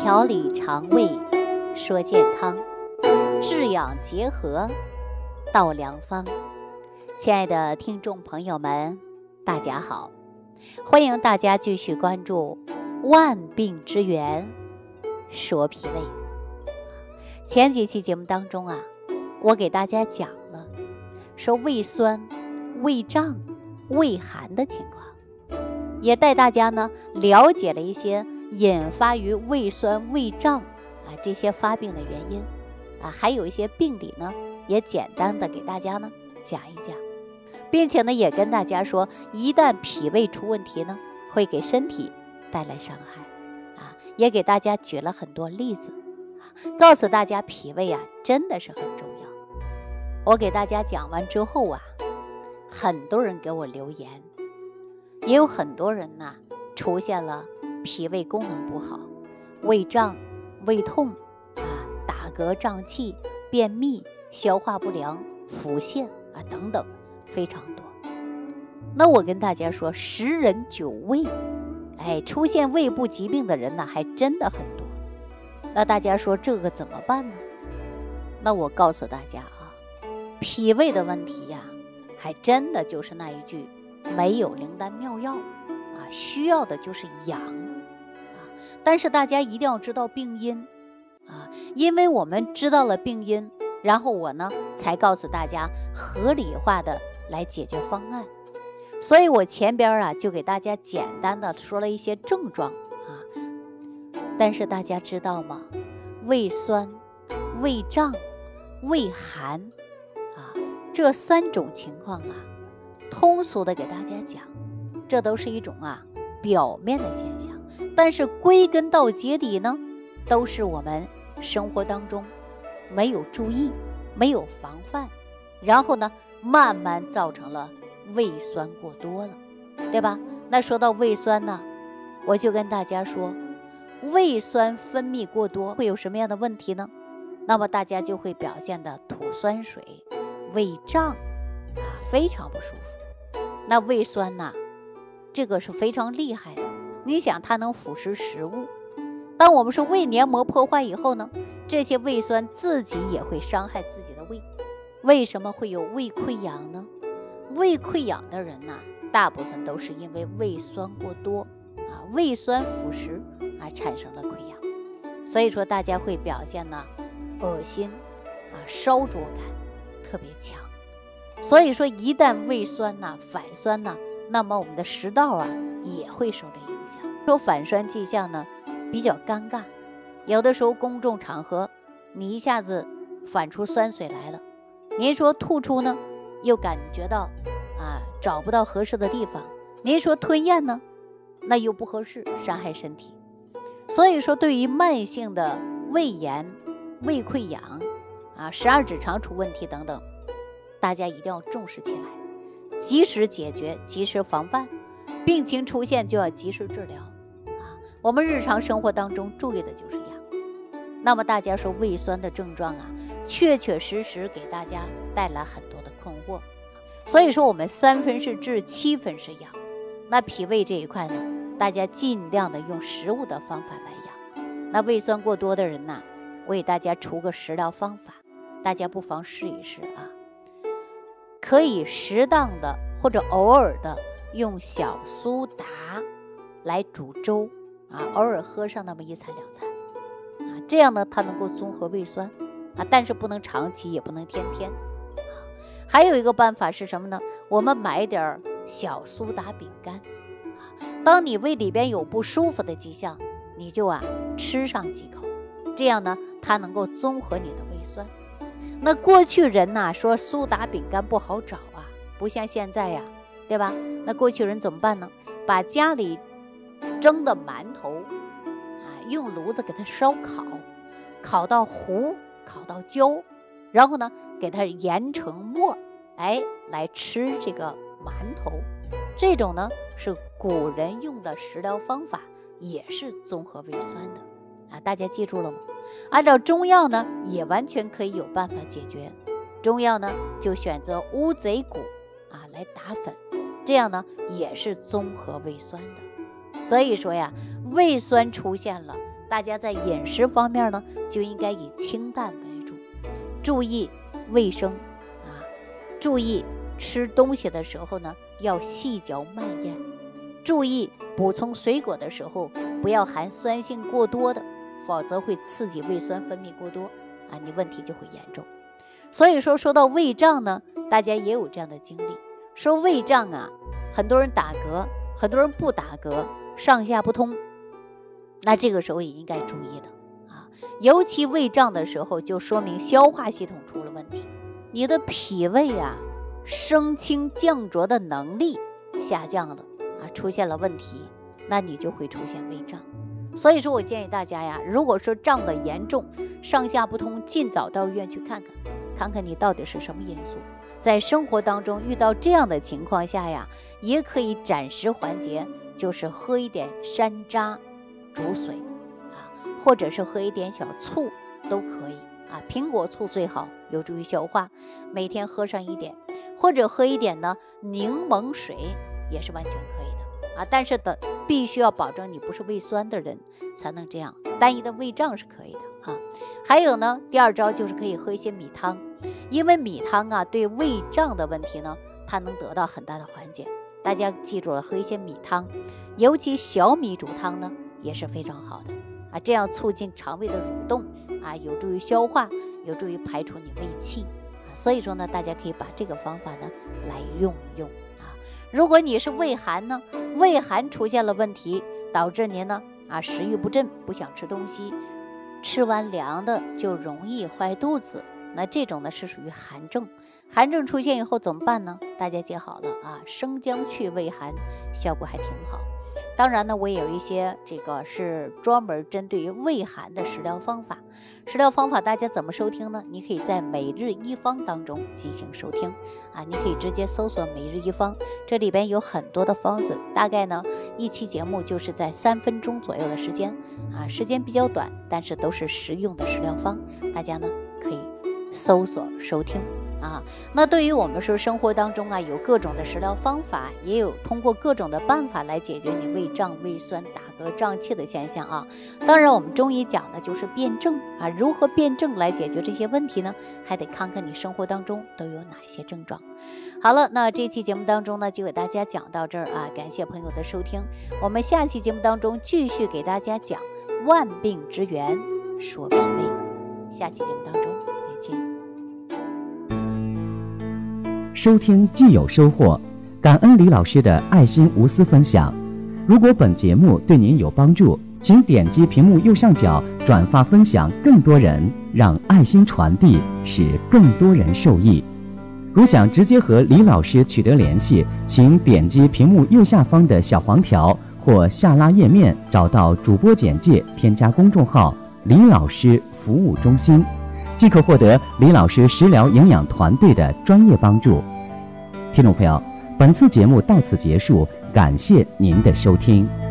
调理肠胃，说健康，治养结合，道良方。亲爱的听众朋友们，大家好，欢迎大家继续关注万病之源，说脾胃。前几期节目当中我给大家讲了说胃酸、胃胀、胃寒的情况，也带大家呢了解了一些引发于胃酸、胃胀这些发病的原因还有一些病理呢，也简单的给大家呢讲一讲，并且呢也跟大家说，一旦脾胃出问题呢，会给身体带来伤害也给大家举了很多例子告诉大家脾胃真的是很重要。我给大家讲完之后很多人给我留言，也有很多人出现了脾胃功能不好，胃胀、胃痛打嗝胀气、便秘、消化不良、腹泻等等非常多。那我跟大家说，10人9胃出现胃部疾病的人还真的很多。那大家说这个怎么办呢？那我告诉大家脾胃的问题还真的就是那一句，没有灵丹妙药需要的就是养但是大家一定要知道病因因为我们知道了病因，然后我呢才告诉大家合理化的来解决方案。所以我前边就给大家简单的说了一些症状但是大家知道吗？胃酸、胃胀、胃寒这3种情况通俗的给大家讲，这都是一种表面的现象，但是归根到结底呢，都是我们生活当中没有注意、没有防范，然后呢慢慢造成了胃酸过多了，对吧？那说到胃酸呢，我就跟大家说，胃酸分泌过多会有什么样的问题呢？那么大家就会表现的吐酸水、胃胀非常不舒服。那胃酸这个是非常厉害的，你想它能腐蚀食物，当我们说胃黏膜破坏以后呢，这些胃酸自己也会伤害自己的胃。为什么会有胃溃疡呢？胃溃疡的人大部分都是因为胃酸过多胃酸腐蚀产生了溃疡。所以说大家会表现恶心烧灼感特别强。所以说一旦胃酸反酸那么我们的食道也会受到影响。说反酸迹象呢比较尴尬，有的时候公众场合你一下子反出酸水来了，您说吐出呢又感觉到找不到合适的地方，您说吞咽呢那又不合适，伤害身体。所以说对于慢性的胃炎、胃溃疡12指肠出问题等等，大家一定要重视起来，及时解决，及时防范，病情出现就要及时治疗我们日常生活当中注意的就是这样。那么大家说胃酸的症状确确实实给大家带来很多的困惑。所以说我们3分是治，7分是养。那脾胃这一块呢，大家尽量的用食物的方法来养。那胃酸过多的人我给大家出个食疗方法，大家不妨试一试可以适当的或者偶尔的用小苏打来煮粥偶尔喝上那么1餐2餐这样呢它能够综合胃酸但是不能长期，也不能天天还有一个办法是什么呢？我们买点小苏打饼干当你胃里边有不舒服的迹象，你就吃上几口，这样呢它能够综合你的胃酸。那过去人说苏打饼干不好找不像现在对吧？那过去人怎么办呢？把家里蒸的馒头用炉子给它烧烤，烤到糊，烤到焦，然后呢给它研成沫来吃这个馒头。这种呢是古人用的食疗方法，也是综合胃酸的大家记住了吗？按照中药呢也完全可以有办法解决。中药呢就选择乌贼骨来打粉，这样呢也是综合胃酸的。所以说胃酸出现了， 大家在饮食方面呢，就应该以清淡为主，注意卫生注意吃东西的时候呢，要细嚼慢咽，注意补充水果的时候不要含酸性过多的，否则会刺激胃酸分泌过多你问题就会严重。所以说到胃胀呢，大家也有这样的经历，说胃胀很多人打嗝，很多人不打嗝，上下不通，那这个时候也应该注意的尤其胃胀的时候，就说明消化系统出了问题，你的脾胃升清降浊的能力下降了出现了问题，那你就会出现胃胀。所以说我建议大家如果说胀得严重，上下不通，尽早到医院去看看你到底是什么因素。在生活当中遇到这样的情况下也可以暂时缓解，就是喝一点山楂煮水或者是喝一点小醋都可以苹果醋最好，有助于消化，每天喝上一点，或者喝一点呢柠檬水也是完全可以的但是必须要保证你不是胃酸的人才能这样，单一的胃胀是可以的还有呢，第二招就是可以喝一些米汤，因为米汤对胃胀的问题呢，它能得到很大的缓解。大家记住了，喝一些米汤，尤其小米煮汤呢也是非常好的这样促进肠胃的蠕动有助于消化，有助于排除你胃气所以说呢，大家可以把这个方法呢来用一用如果你是胃寒呢，胃寒出现了问题，导致您呢食欲不振，不想吃东西，吃完凉的就容易坏肚子，那这种呢是属于寒症。寒症出现以后怎么办呢？大家记好了生姜去胃寒效果还挺好。当然呢，我也有一些这个是专门针对于胃寒的食疗方法。食疗方法大家怎么收听呢？你可以在每日一方当中进行收听你可以直接搜索每日一方，这里边有很多的方子，大概呢一期节目就是在3分钟左右的时间时间比较短，但是都是实用的食疗方，大家呢可以搜索收听那对于我们说生活当中有各种的食疗方法，也有通过各种的办法来解决你胃胀、胃酸、打嗝、胀气的现象当然我们中医讲的就是辩证如何辩证来解决这些问题呢？还得看看你生活当中都有哪些症状。好了，那这期节目当中呢就给大家讲到这儿感谢朋友的收听，我们下期节目当中继续给大家讲万病之源说脾胃，下期节目当中再见。 收听既有收获，感恩李老师的爱心无私分享。如果本节目对您有帮助，请点击屏幕右上角转发分享，更多人，让爱心传递，使更多人受益。如想直接和李老师取得联系，请点击屏幕右下方的小黄条或下拉页面，找到主播简介，添加公众号李老师服务中心，即可获得李老师食疗营养团队的专业帮助。听众朋友，本次节目到此结束，感谢您的收听。